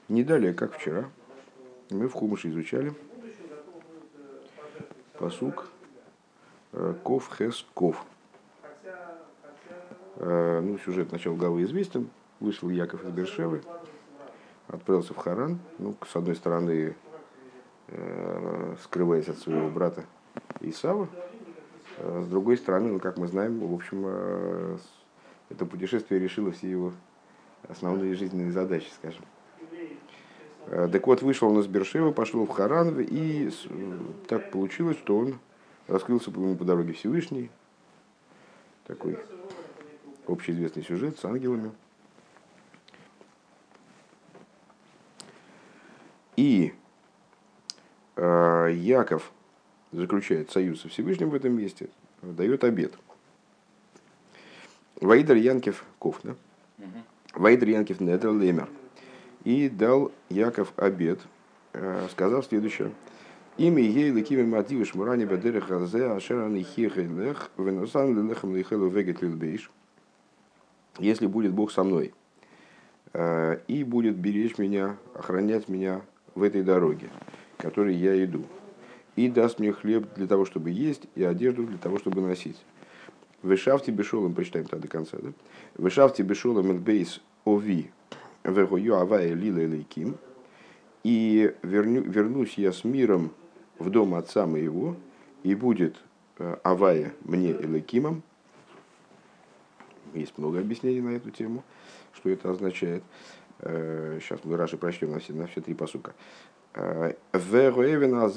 Не далее, как вчера, мы в Хумыше изучали пасук Ков Хес Ков. Ну, сюжет начала главы известен. Вышел Яков из Бершевы, отправился в Харан. Ну, с одной стороны, скрываясь от своего брата Исава, с другой стороны, ну, как мы знаем, в общем, это путешествие решило все его основные жизненные задачи, скажем. Так вот, вышел он из Бершевы, пошел в Харан, и так получилось, что он раскрылся по дороге Всевышний. Такой общеизвестный сюжет с ангелами. И Яков заключает союз со Всевышним в этом месте, дает обет. Ваидер Янкев Ков, да? Ваидер Янкев Недер Лемер. И дал Яков обет, сказав следующее. Имя ей лекими мативы шмурани бадереха зе ашераны хихелех венусан лелехам лихелу вегет лилбейш. Если будет Бог со мной и будет беречь меня, охранять меня в этой дороге, которой я иду, и даст мне хлеб для того, чтобы есть, и одежду для того, чтобы носить. Вешавти бешолом, прочитаем тогда до конца, да? Вешавти бешолом элбейс ови вегою авая лила лейким. И вернусь я с миром в дом отца моего, и будет авая мне элейкимом. Есть много объяснений на эту тему, что это означает. Сейчас мы Раши прочтем на все три пасука. А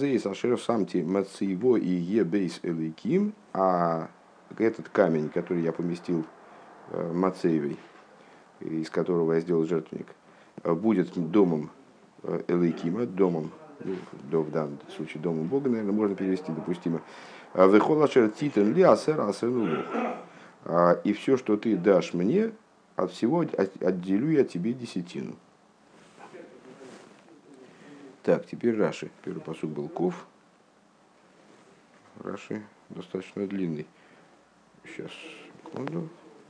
этот камень, который я поместил Мацеевой, из которого я сделал жертвенник, будет домом Элейкима, домом, ну, в данном случае домом Бога, наверное, можно перевести допустимо. И все, что ты дашь мне, от всего отделю я тебе десятину. Так, теперь Раши. Первый пасук был Ков. Раши достаточно длинный. Сейчас, секунду.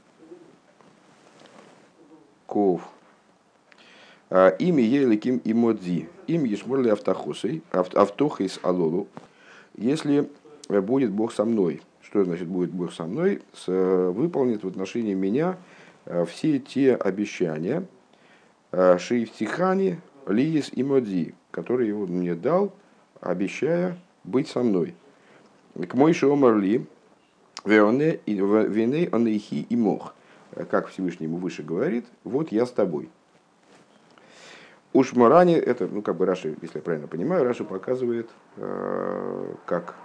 Ков. Имя Еликим и Модзи. Им Ешморли Автохосой. Автохис Алолу. Если будет Бог со мной. Что значит будет Бог со мной? Выполнит в отношении меня все те обещания Шейфтихани, Лиис и Модзи, которые он мне дал, обещая быть со мной. К Мойше Омарли, Вене Анейхи и Мох. Как Всевышний ему выше говорит, вот я с тобой. Ушмарани, это, ну, как бы Раши, если я правильно понимаю, Раши показывает, как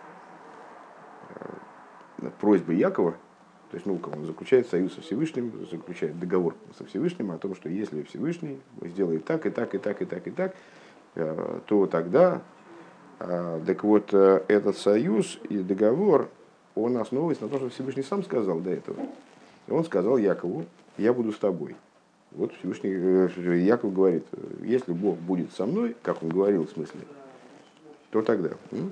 просьбы Якова, то есть, ну, он заключает союз со Всевышним, заключает договор со Всевышним о том, что если Всевышний сделает так, и так, и так, и так, и так, то тогда, так вот, этот союз и договор, он основывается на том, что Всевышний сам сказал до этого. Он сказал Якову, я буду с тобой. Вот Всевышний, Яков говорит, если Бог будет со мной, как он говорил в смысле, то тогда.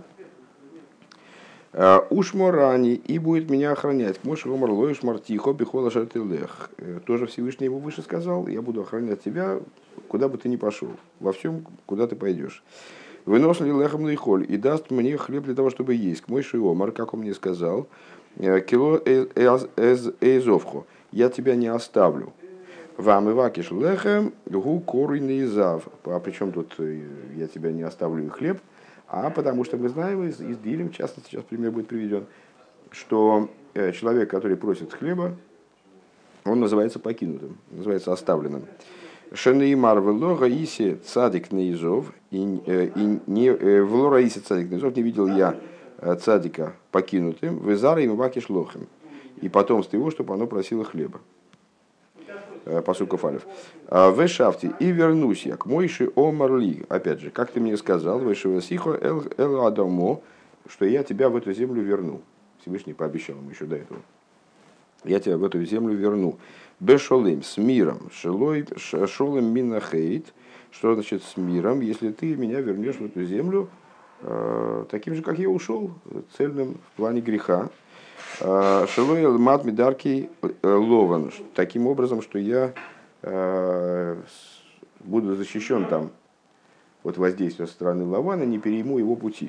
Ушморани, и будет меня охранять. Моше омар лоиш мартихо бихола шартилех. Тоже Всевышний ему выше сказал, я буду охранять тебя, куда бы ты ни пошел, во всем, куда ты пойдешь. Вынос ли лехам лейхоль, и даст мне хлеб для того, чтобы есть. К Моше омар, как он мне сказал, кило эйзовхо, я тебя не оставлю. Вам и вакиш лехем гу корень изав. А причем тут я тебя не оставлю и хлеб? А потому что мы знаем из Дилем, в частности, сейчас пример будет приведен, что человек, который просит хлеба, он называется покинутым, называется оставленным. Шенеймар влора иси цадик неизов, и не влора иси цадик неизов, не видел я цадика покинутым, везара им вакиш лохем, и потомство его, чтобы оно просило хлеба. Пасуков алиф. Вешафти, и вернусь я к Мойше Омарли. Опять же, как ты мне сказал, Вешевасихо эл Адамо, что я тебя в эту землю верну. Всевышний пообещал ему еще до этого. Я тебя в эту землю верну. Бешолым, с миром. Шолым минахейт. Что значит с миром? Если ты меня вернешь в эту землю таким же, как я ушел, цельным в плане греха. Шилой мат мидарки лован. Таким образом, что я буду защищен там от воздействия со стороны Лавана, не перейму его пути.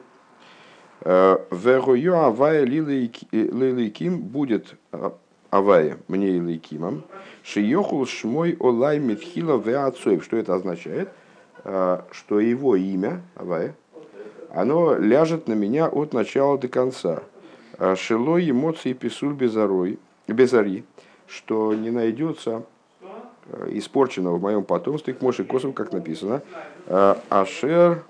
Вегою авая лилейким будет авая мне и лейкимом. Шиехул шмой олай митхила веацоев. Что это означает? Что его имя, авая, оно ляжет на меня от начала до конца. Шилой эмоции писуль безари, что не найдется испорченного в моем потомстве, к Моше Косов, как написано, Ашер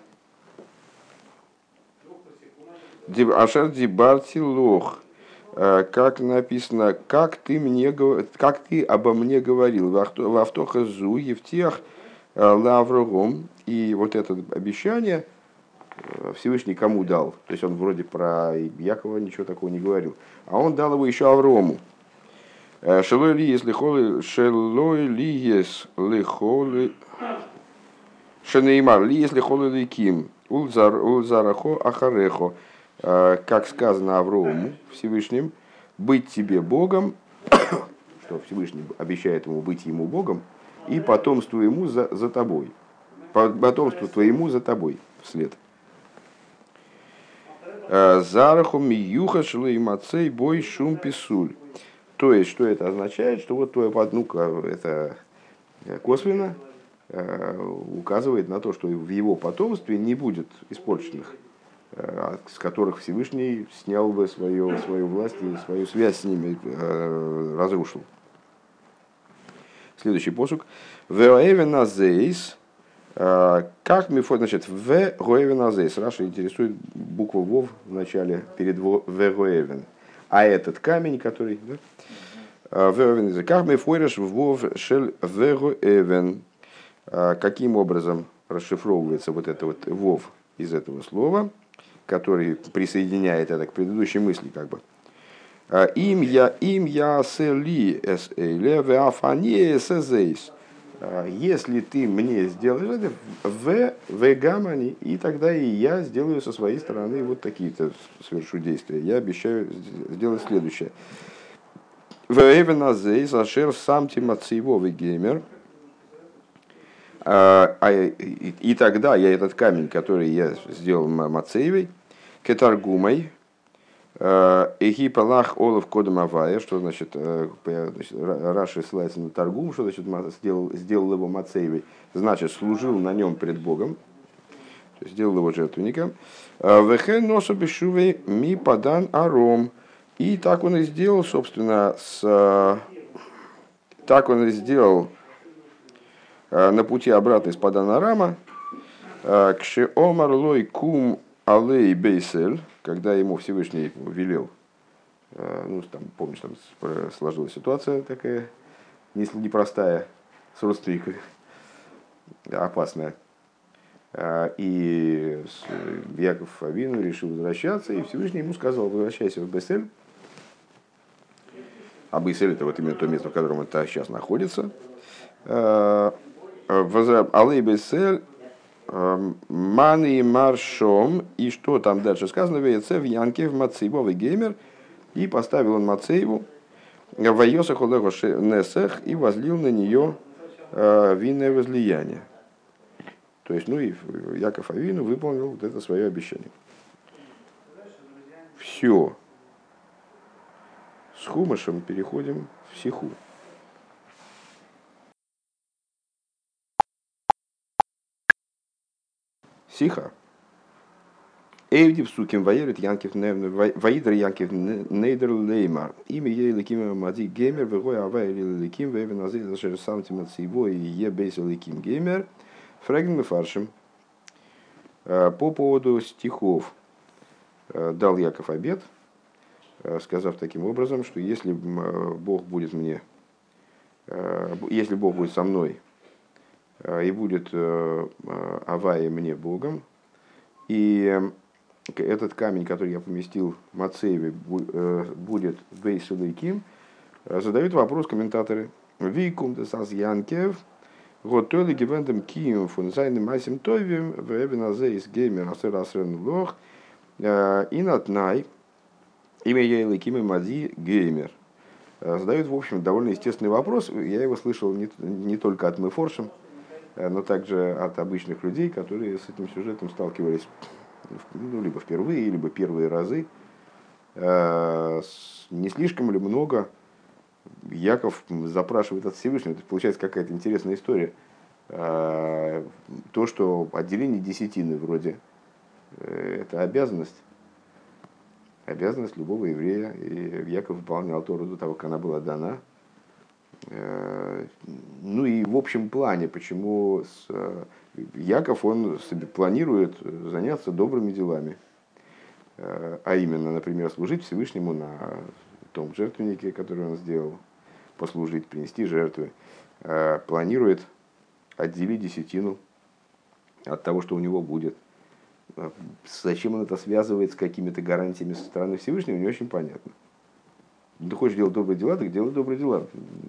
дибарти лох, как написано, как ты обо мне говорил, в автоха зу евтех лаврогом, и вот это обещание Всевышний кому дал, то есть он вроде про Якова ничего такого не говорил, а он дал его еще Аврому. Шелой ли если холы, шелой ли если холы, шенеймар ли если холы ликим, ульзарахо ахарехо, как сказано Аврому Всевышним, быть тебе Богом, что Всевышний обещает ему быть ему Богом, и потомству ему за тобой, потомству твоему за тобой вслед. Зараху миюха шлы мацей бой шум писуль. То есть, что это означает? Что вот твоя поднука, это косвенно указывает на то, что в его потомстве не будет испорченных, с которых Всевышний снял бы свою власть и свою связь с ними разрушил. Следующий посук. Веоэвеназейс. Как мифо, значит, веоэвеназейс. Раша интересует буква вов в начале перед веоэвен. А этот камень, который... Как мифойреш вов шель веоэвен. Каким образом расшифровывается вот это вот вов из этого слова, который присоединяет это к предыдущей мысли, как бы. Им я сели эс эле веафане эсэзэйс. Если ты мне сделаешь это в гамани, и тогда и я сделаю со своей стороны вот такие-то совершу действия. Я обещаю сделать следующее. Веэвеназэйс ашер сам тимацивовый геймер. И тогда я этот камень, который я сделал Мацеевой, кетаргумой, эхипалах олов кодом авая, что значит, Раши ссылается на Таргум, что значит сделал его Мацеевой, значит служил на нем пред Богом, то есть сделал его жертвенником. Вехен носу бешувей ми падан аром. И так он и сделал, собственно, так он и сделал на пути обратно из Падан Арама, к Шеомар лой кум алей бейсель, когда ему Всевышний велел, ну, там, помнишь, там сложилась ситуация такая непростая, с родственниками, опасная. И Яков Авину решил возвращаться, и Всевышний ему сказал: возвращайся в Бейсель. А Бейсель — это вот именно то место, в котором он сейчас находится. Алей Бейсель Мани Маршом, и что там дальше сказано, Вейцев Янкев Мацейбовый геймер, и поставил он Мацейву в Айосах Олего Несех и возлил на нее винное возлияние. То есть, ну и Яков Авину выполнил вот это свое обещание. Все. С Хумашем переходим в Сиху. Сиха. Эйвди в суким воерит Янкев воидр Янкев нейдер леймар. Имя ей леким мади геймер вегой авай леким вевен азей зашер сам тимацейво и е бейсел леким геймер. Фрагн мы фаршим. По поводу стихов дал Яков обет, сказав таким образом, что если Бог будет мне, если Бог будет со мной, и будет авая мне Богом, и этот камень, который я поместил в Мацееве, будет Бейсулейким, задают вопрос комментаторы. Викум десас Янкев, вот то ли гивендем кием фун зайным масим тойвим, вебиназейс геймер асер асрен лох, и натнай, имя Ейлыким и Мади геймер. Задают, в общем, довольно естественный вопрос. Я его слышал не только от Мефоршем, но также от обычных людей, которые с этим сюжетом сталкивались либо впервые, либо первые разы. Не слишком ли много Яков запрашивает от Всевышнего? Это получается какая-то интересная история. То, что отделение десятины вроде это обязанность любого еврея, и Яков выполнял Тору до того, как она была дана. Ну и в общем плане, почему Яков, он планирует заняться добрыми делами, а именно, например, служить Всевышнему на том жертвеннике, который он сделал, послужить, принести жертвы, планирует отделить десятину от того, что у него будет. Зачем он это связывает с какими-то гарантиями со стороны Всевышнего, не очень понятно. Ты хочешь делать добрые дела, так делай добрые дела.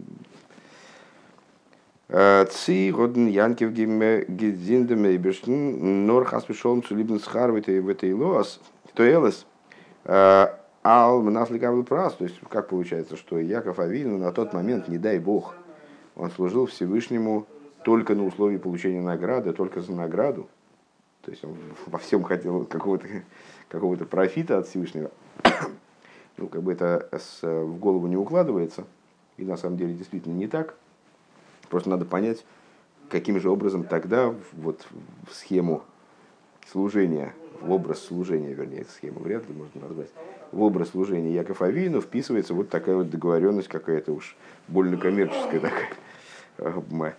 Ци годен Янкев гизиндем эйберштен нор хаспешолм цулибн схар в этой лоас то элес ал мнафликавл прас. То есть как получается, что Яков Авину на тот момент, не дай бог, он служил Всевышнему только на условии получения награды, только за награду. То есть он во всем хотел какого-то профита от Всевышнего. Ну, как бы это в голову не укладывается. И на самом деле действительно не так. Просто надо понять, каким же образом тогда вот в схему служения, в образ служения, вернее, схему вряд ли можно назвать, в образ служения Яков Авину вписывается вот такая вот договоренность какая-то уж больно коммерческая такая.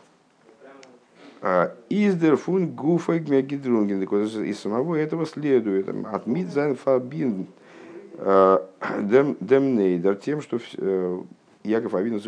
Издер фун гуфа гедрунген. Из самого этого следует от мидзайн фабин демнейдер тем, что Яков Авину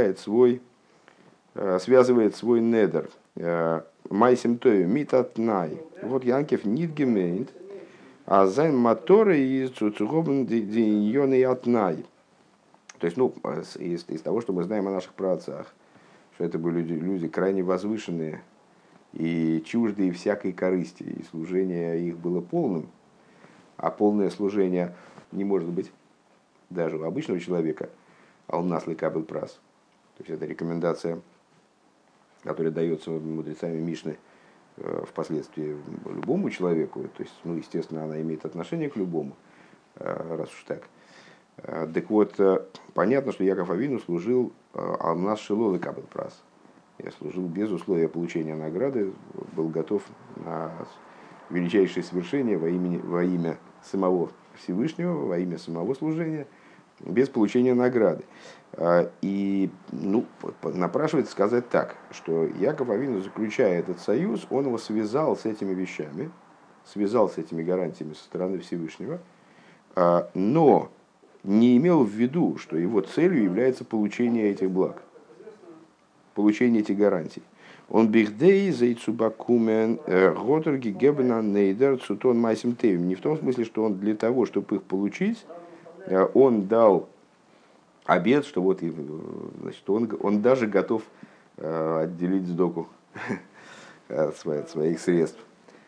связывает свой недер. Майсим тою митатнай. Вот Янкев нит гемейнт, а зайн моторы из цуцугобн диньоны атнай. То есть, ну, из того, что мы знаем о наших праотцах, что это были люди крайне возвышенные и чуждые всякой корысти, и служение их было полным, а полное служение не может быть даже у обычного человека, а у нас ликабель прас. То есть это рекомендация, которая дается мудрецами Мишны впоследствии любому человеку. То есть, ну, естественно, она имеет отношение к любому, раз уж так. Так вот, понятно, что Яков Авину служил алмаз шило ликабель прас. Я служил без условия получения награды, был готов на величайшее свершение во имя самого Всевышнего, во имя самого служения, без получения награды. И ну, напрашивается сказать так, что Яков Авину, заключая этот союз, он его связал с этими вещами, связал с этими гарантиями со стороны Всевышнего, но не имел в виду, что его целью является получение этих благ, получение этих гарантий. Он бихдей зайцубакумен готерги гебена нейдер цутон майсим тевим. Не в том смысле, что он для того, чтобы их получить, он дал обет, что вот, значит, он даже готов отделить сдоку от своих средств.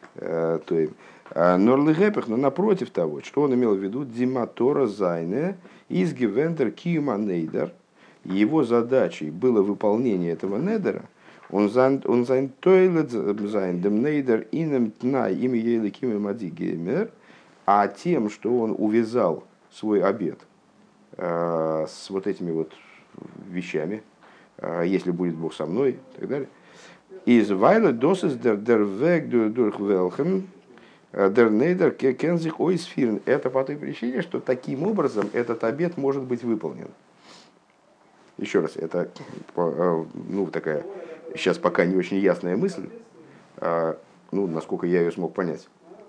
Норлигепех, но напротив того, что он имел в виду, диматора зайне из гивендер киюма нейдер, его задачей было выполнение этого недера, он зайн тойлет зайн дем нейдер инем тнай ими еликими мади геймер, а тем, что он увязал свой обет с вот этими вот вещами, если будет Бог со мной, и так далее. Из вайла досис дер вег durch welchen der нейдер кензих ойсфирн. Это по той причине, что таким образом этот обет может быть выполнен. Еще раз, это ну, такая сейчас пока не очень ясная мысль, ну, насколько я ее смог понять.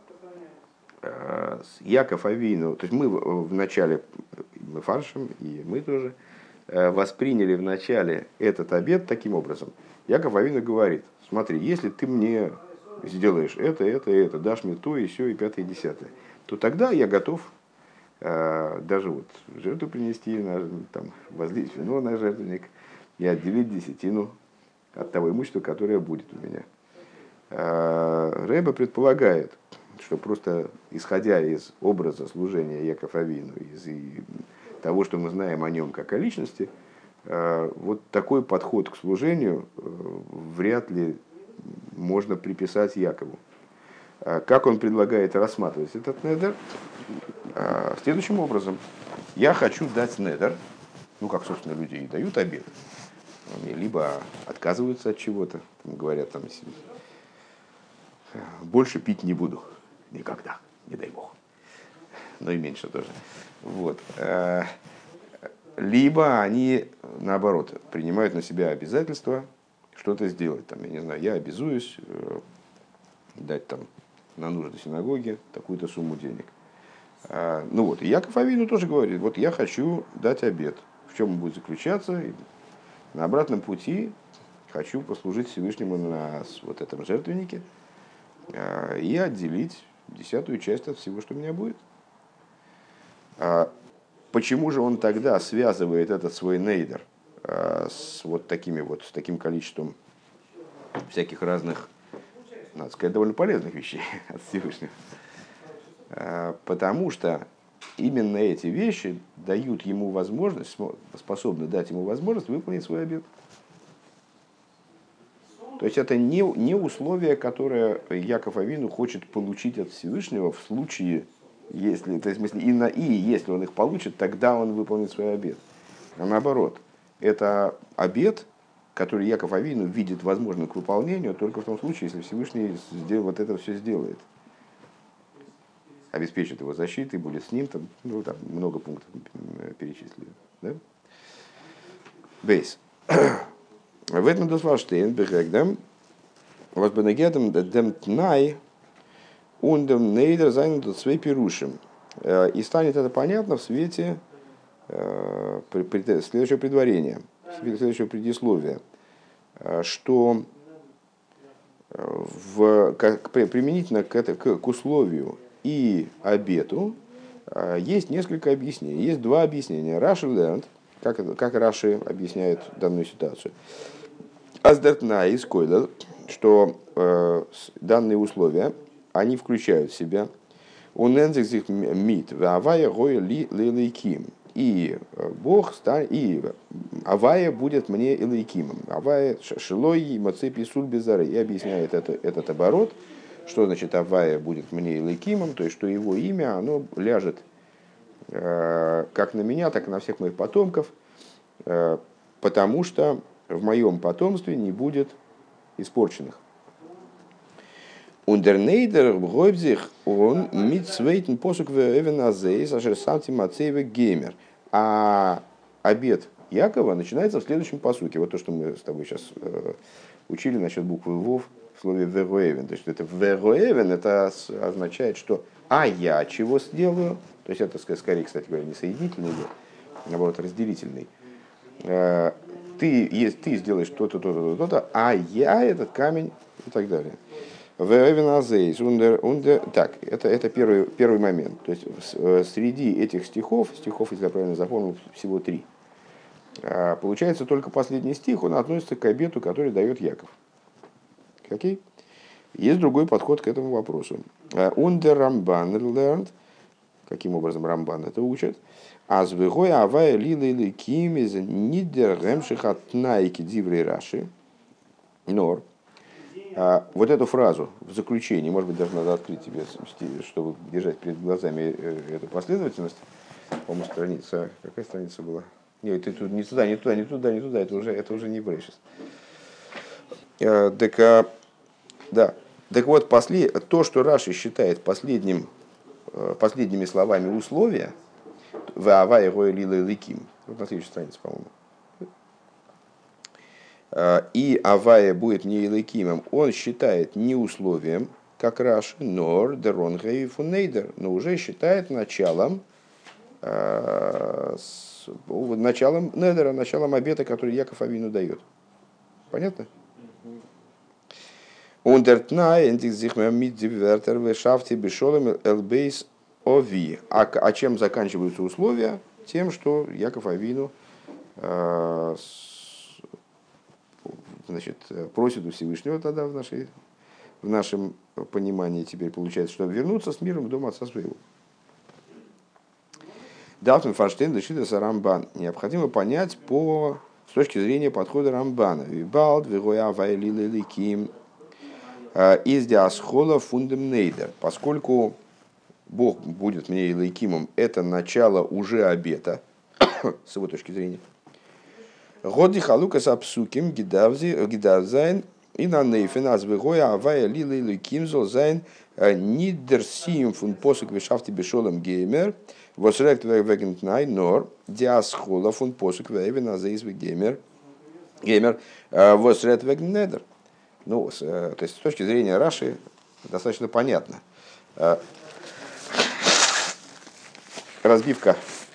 Яков Авину, то есть мы в начале, мы фаршем, и мы тоже восприняли в начале этот обет таким образом. Яков Авину говорит: смотри, если ты мне сделаешь это, дашь мне то, и все, и пятое, и десятое, то тогда я готов даже вот жертву принести, там, возлить вино на жертвенник и отделить десятину от того имущества, которое будет у меня. Ребе предполагает, что просто исходя из образа служения Яков Авину, из того, что мы знаем о нем как о личности, вот такой подход к служению вряд ли можно приписать Якову. Как он предлагает рассматривать этот недер? Следующим образом. Я хочу дать недер, ну, как, собственно, люди и дают обет. Они либо отказываются от чего-то, говорят, там, больше пить не буду никогда, не дай бог. Но и меньше тоже. Вот. Либо они, наоборот, принимают на себя обязательство что-то сделать. Там, я не знаю, я обязуюсь дать там на нужды синагоги такую-то сумму денег. Ну вот, и Яков Авину тоже говорит, вот я хочу дать обет. В чем он будет заключаться? На обратном пути хочу послужить Всевышнему на вот этом жертвеннике и отделить 10-ю часть от всего, что у меня будет. Почему же он тогда связывает этот свой нейдер с вот такими вот, с таким количеством всяких разных, надо сказать, довольно полезных вещей от Всевышнего? Потому что именно эти вещи дают ему возможность, способны дать ему возможность выполнить свой обет. То есть это не условие, которое Яков Авину хочет получить от Всевышнего в случае, если, то есть, в смысле, если он их получит, тогда он выполнит свой обет. А наоборот, это обет, который Яков Авину видит возможным к выполнению только в том случае, если Всевышний вот это все сделает. Обеспечит его защитой, будет с ним, там, ну, там много пунктов перечислили. Да? Бейс. В этом досварштейн бегэгдам возбенегедам дем тнай ундем нейдер зайнут свей пирушим. И станет это понятно в свете следующего предварения, следующего предисловия, что применительно к условию и обету есть несколько объяснений. Есть два объяснения. Раши Лернт, как Раши объясняет данную ситуацию. Аздертна и Скойлер, что данные условия, они включают в себя унензих мит, авая гоя ли лейким. И Бог и авая будет мне илейкимом. Авая шилой мацепи суль безары. И объясняет этот оборот, что значит авая будет мне илейкимом, то есть что его имя, оно ляжет как на меня, так и на всех моих потомков, потому что в моем потомстве не будет испорченных. Ундернейдер гойбзих он митцвейтен посук вевеназейс ашер самти мацееве геймер. А обет Якова начинается в следующем посуке. Вот то, что мы с тобой сейчас учили насчет буквы Вов в слове вегоэвен. То есть это вегоэвен, это означает, что а я чего сделаю. То есть это скорее, кстати говоря, не соединительный, а наоборот разделительный. Ты сделаешь то-то, то-то, то-то, а я этот камень и так далее. Так, это первый момент. То есть среди этих стихов, если я правильно запомнил, всего 3. Получается, только последний стих, он относится к обету, который дает Яков. Окей? Есть другой подход к этому вопросу. Ундер Рамбан learned, каким образом Рамбан это учит, азвыгой авая лилы ким из нидер гемшихат найки диврей раши нор. Вот эту фразу в заключении, может быть, даже надо открыть тебе, чтобы держать перед глазами эту последовательность. По-моему, страница, какая страница была? Нет, ты тут не туда, это уже не Брейшис. Да. Так вот, то, что Раши считает последними словами условия, «Ваавай гой лилой ликим», вот на следующей странице, по-моему, и авая будет не илыкимом, он считает не условием, как Раши, нор деронгей фунейдер, но уже считает началом недера, началом обета, который Яков Авину дает. Понятно? А чем заканчиваются условия? Тем, что Яков Авину просит у Всевышнего тогда в нашем понимании теперь получается, что вернуться с миром в дом отца своего. Дафтен Фанштейн дешидаса Рамбан. Необходимо понять с точки зрения подхода Рамбана. Вибалд, вигоя вайлилы ликим. Из диасхола фундем нейдер, поскольку Бог будет мне Илайкимом, это начало уже обета, с его точки зрения. Годи халука сапсуким гидавзайн и на нейфеназ выгоя авая лила Илайким зол зайн нидерсием фун посук вишафти бешолем геймер восрект вегентнай нор диасхола фун посук вейвена заизвы геймер восрект вегнедер. Ну, то есть с точки зрения Раши достаточно понятно. Разбивка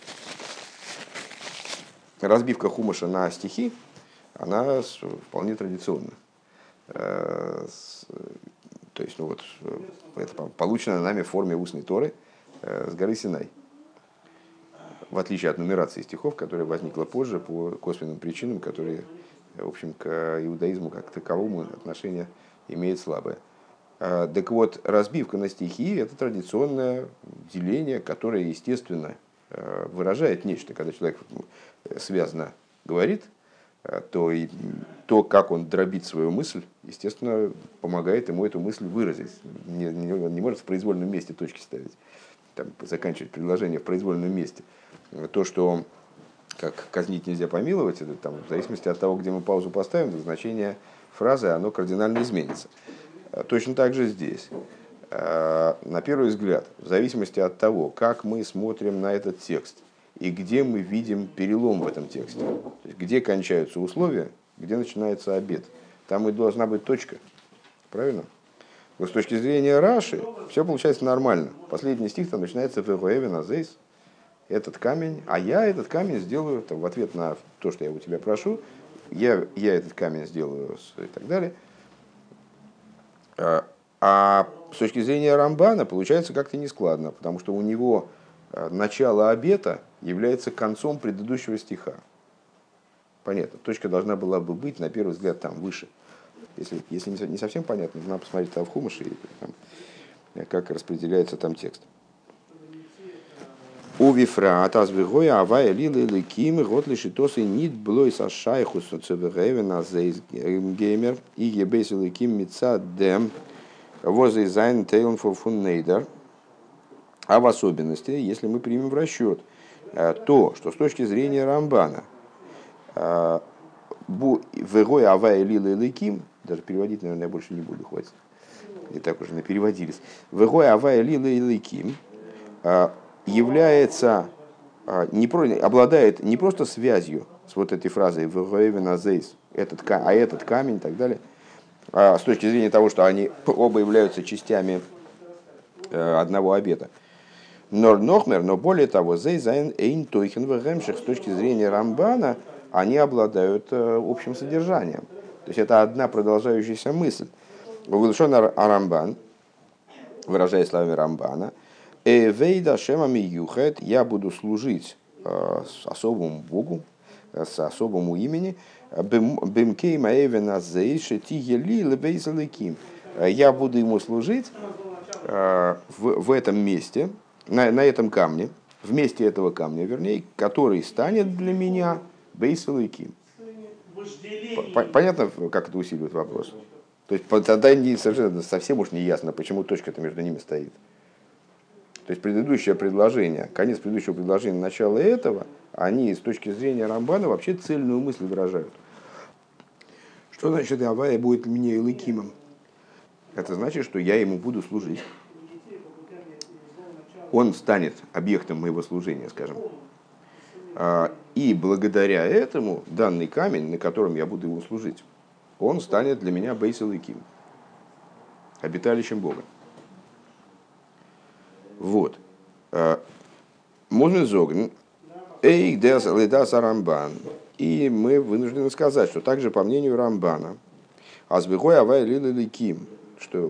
хумаша на стихи, она вполне традиционна. То есть, ну вот, это получено нами в форме устной Торы с горы Синай. В отличие от нумерации стихов, которая возникла позже по косвенным причинам, которые, в общем, к иудаизму как таковому отношение имеет слабое. Так вот, разбивка на стихи – это традиционное деление, которое, естественно, выражает нечто. Когда человек связно говорит, то как он дробит свою мысль, естественно, помогает ему эту мысль выразить. Он не может в произвольном месте точки ставить, там, заканчивать предложение в произвольном месте. То, что как казнить нельзя помиловать, это, там, в зависимости от того, где мы паузу поставим, значение фразы оно кардинально изменится. Точно так же здесь. На первый взгляд, в зависимости от того, как мы смотрим на этот текст и где мы видим перелом в этом тексте, то есть где кончаются условия, где начинается обет, там и должна быть точка. Правильно? Но с точки зрения Раши все получается нормально. Последний стих там начинается «Вегоэвен азейс». Этот камень, а я этот камень сделаю, там, в ответ на то, что я у тебя прошу, я этот камень сделаю и так далее. А с точки зрения Рамбана получается как-то нескладно, потому что у него начало обета является концом предыдущего стиха. Понятно, точка должна была бы быть, на первый взгляд, там выше. Если не совсем понятно, надо посмотреть там в Хумаше, как распределяется там текст. У вифра атазвигоя авая лилы леким год лишитосы нит блой со шайху соцевегевена зейс геймер и ебейс леким мица дем возле зайн тейлн фун нейдер. А в особенности, если мы примем в расчет то, что с точки зрения Рамбана вегоя авая лилы леким, даже переводить, наверное, я больше не буду, хватит. И так уже напереводились. Вегоя авая лилы леким является, обладает не просто связью с вот этой фразой «вегоэвен азейс», этот камень и так далее, с точки зрения того, что они оба являются частями одного обета. Но более того, «зейзайн эйн тойхен вегемших» с точки зрения Рамбана они обладают общим содержанием. То есть это одна продолжающаяся мысль. Вылшон Арамбан, выражая словами Рамбана, «Вейда шемами юхет» я буду служить особому Богу, с особому имени, «Бемкей маэвена зейши тигели лебейзалеким». Я буду ему служить в этом месте, на этом камне, в месте этого камня, вернее, который станет для меня бейсалеким. Понятно, как это усиливает вопрос? То есть тогда совершенно совсем уж не ясно, почему точка-то между ними стоит. То есть предыдущее предложение, конец предыдущего предложения, начало этого, они с точки зрения Рамбана вообще цельную мысль выражают. Что значит «Авая будет мне Илыкимом»? Это значит, что я ему буду служить. Он станет объектом моего служения, скажем. И благодаря этому данный камень, на котором я буду ему служить, он станет для меня Бейс Илыким, обиталищем Бога. Вот. Можно зогн, эйк дес ледас Рамбан. И мы вынуждены сказать, что также по мнению Рамбана, азбегой авай лилы ликим, что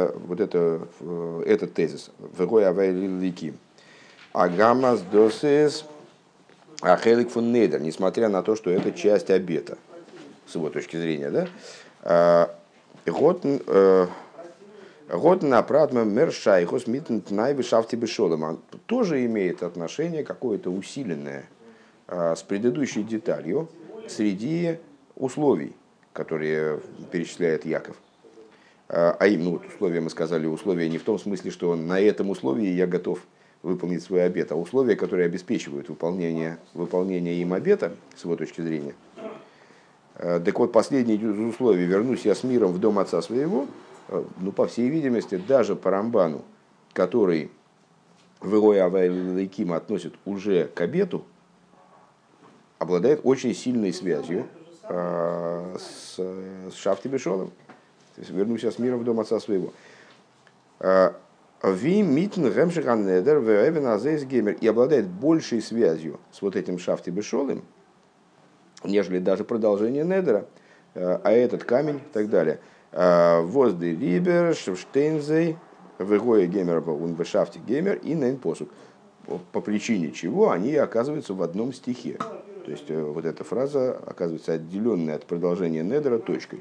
этот тезис, вегой авай лилы ликим, агамас досис ахелик фун нейдер, несмотря на то, что это часть обета, с его точки зрения, да, год на пратма мершайхус митнт найвышавти бешолом тоже имеет отношение какое-то усиленное с предыдущей деталью среди условий, которые перечисляет Яков. А им, ну, вот условия, мы сказали, условия не в том смысле, что на этом условии я готов выполнить свой обет, а условия, которые обеспечивают выполнение им обета, с его точки зрения. Так вот, последнее из условий: вернусь я с миром в дом отца своего, ну, по всей видимости, даже по Рамбану, который в Илой Авай Лейкима относит уже к обету, обладает очень сильной связью с Шафти Бешолом. То есть вернусь я с миром в дом отца своего. Ви митн гемшихан недер вэвен азейс геймер. И обладает большей связью с вот этим Шафти Бешолом, нежели даже продолжение недера, а этот камень и так далее. Возды либер шевштейнзей вэгоя геймер он бешафти геймер и нейн посук. По причине чего они оказываются в одном стихе. То есть вот эта фраза оказывается отделенной от продолжения недера точкой.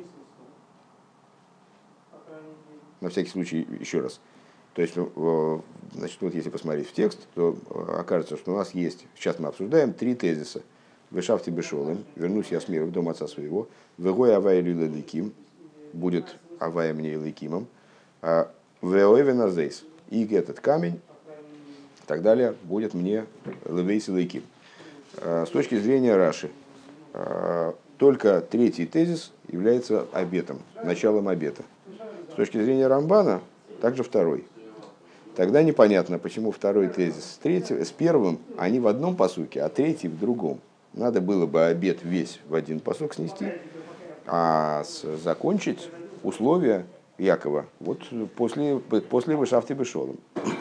На всякий случай еще раз. То есть, значит, вот если посмотреть в текст, то окажется, что у нас есть, сейчас мы обсуждаем 3 тезиса. Вешафти бешолым, вернусь я с мира в дом отца своего, вегой авай лилаликим, будет авай мне ликимом, веойвен азейс, и этот камень, и так далее, будет мне левейс ликим. С точки зрения Раши, только 3-й тезис является обетом, началом обета. С точки зрения Рамбана, также 2-й. Тогда непонятно, почему 2-й тезис с первым, они в одном пасуке, а 3-й в другом. Надо было бы обет весь в один пасук снести, а закончить условия Якова вот после Вышафти Бешолом.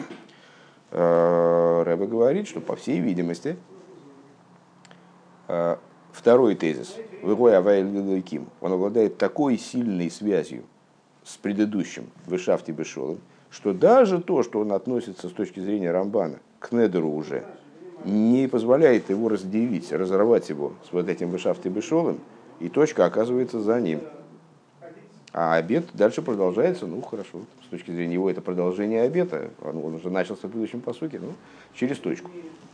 Рэбе говорит, что, по всей видимости, 2-й тезис, Вегой Авай Лилайким, он обладает такой сильной связью с предыдущим Вышафти Бешолом, что даже то, что он относится с точки зрения Рамбана к недеру уже, не позволяет его разделить, разорвать его с вот этим Вышафти Бешолом, и точка оказывается за ним. А обет дальше продолжается, ну хорошо, с точки зрения его это продолжение обета, он уже начался в предыдущем пасуке, ну, через точку.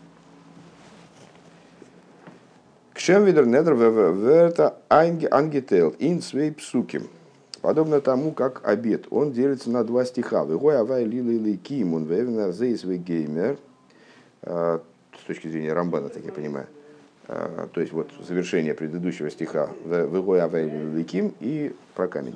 Кшемвидер недер верта ангетел ин свей псуким. Подобно тому, как обет, он делится на 2 стиха. Вегой авай лилы лейким, он вевнер зейсвей геймер. С точки зрения Рамбана, так я понимаю. То есть вот завершение предыдущего стиха. Вегой авай лилы лейким и про камень.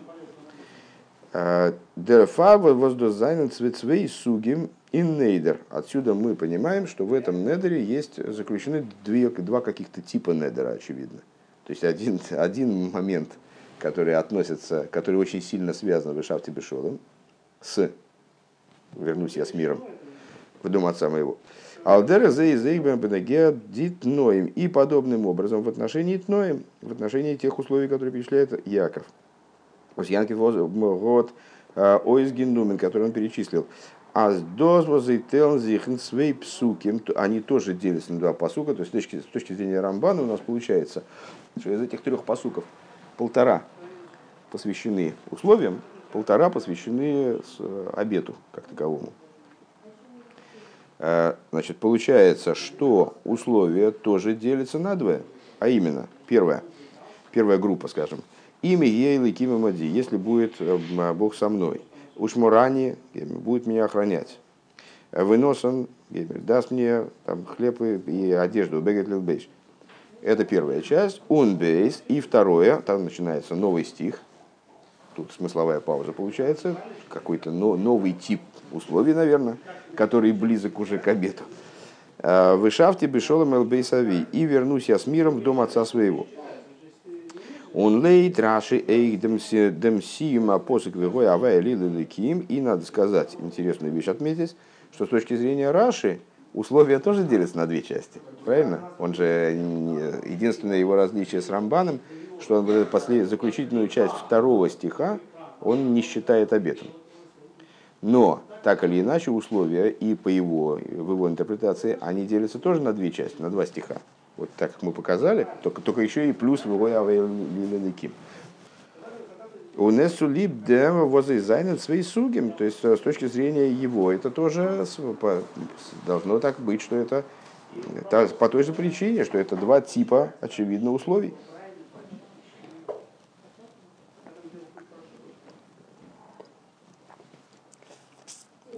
Дерфава воздозайнен цветцвей сугим ин нейдер. Отсюда мы понимаем, что в этом недере есть заключены 2 каких-то типа недера, очевидно. То есть один момент, который относится, который очень сильно связан с Вышафти Бешолом, с «вернусь я с миром в дом отца моего». Алдера зейзейбен бенегеа дит ноем. И подобным образом в отношении тноем, в отношении тех условий, которые перечисляет Яков. Янкив год ойзгендумен, который он перечислил. А с дозвозейтелн зихн свей псуким, они тоже делятся на 2 пасука. То есть с точки зрения Рамбана у нас получается, что из этих 3 пасуков 1,5 посвящены условиям, 1,5 посвящены обету как таковому. Значит, получается, что условия тоже делятся на 2, а именно, первая группа, скажем, имя Ейли Кима Мади, если будет Бог со мной, Ушмурани будет меня охранять, Выносан даст мне там, хлеб и одежду, Бегет Лилбейш. Это первая часть. Унбейс. И второе, там начинается новый стих. Тут смысловая пауза получается. Какой-то новый тип условий, наверное, который близок уже к обету. Вышафти бешолом элбейсави. И вернусь я с миром в дом отца своего. Он лейт раши эйх демсиюма посык вегой авая лилиликим. И надо сказать, интересную вещь отметить, что с точки зрения Раши условия тоже делятся на 2 части. Правильно? Он же, единственное его различие с Рамбаном, что он заключительную часть 2 стиха он не считает обетом. Но, так или иначе, условия и в его интерпретации, они делятся тоже на 2 части, на 2 стиха. Вот так, как мы показали, только еще и плюс вегой авая лилиликим. Унесу либ дем возайзайнен свей сугим. То есть, с точки зрения его, это тоже должно так быть, что это по той же причине, что это 2 типа, очевидно, условий.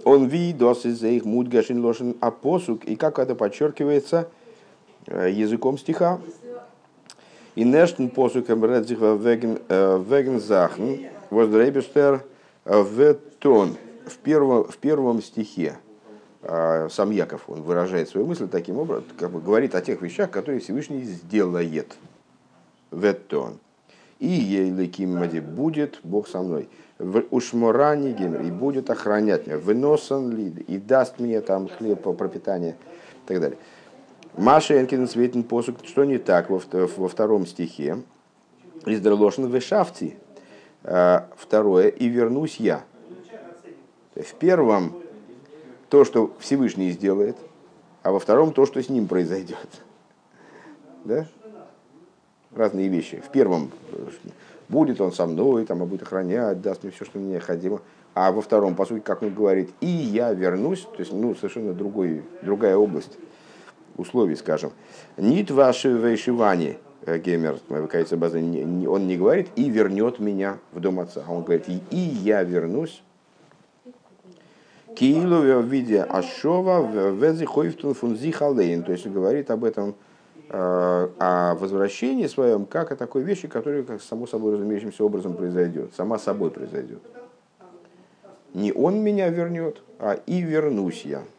Он видос из их мудгашин лошен апосук, и как это подчеркивается языком стиха. И нештен посук эмбредзих веген захн воздребестер в тон. В первом стихе сам Яков он выражает свою мысль таким образом, как бы говорит о тех вещах, которые Всевышний сделает. В тон. И ейлеким мади будет Бог со мной. В ушморани гемер и будет охранять меня. Выносан ли и даст мне там хлеб по пропитанию и так далее. Маша Энкин Светин посук, что не так во втором стихе. Из Дерлошен Вешафти. Второе, и вернусь я. В первом то, что Всевышний сделает, а во втором то, что с ним произойдет. Да? Разные вещи. В первом будет он со мной, там, будет охранять, даст мне все, что мне необходимо. А во втором, по сути, как он говорит, и я вернусь, то есть совершенно другая область условий, скажем. Нит ваши вейшивани, геймер, он не говорит, и вернет меня в дом отца. А он говорит, и я вернусь. Киилу в виде Ашова в Везихойфтун фунзихалейн. То есть говорит об этом, о возвращении своем, как о такой вещи, которая, как само собой разумеющимся образом произойдет. Сама собой произойдет. Не он меня вернет, а и вернусь я.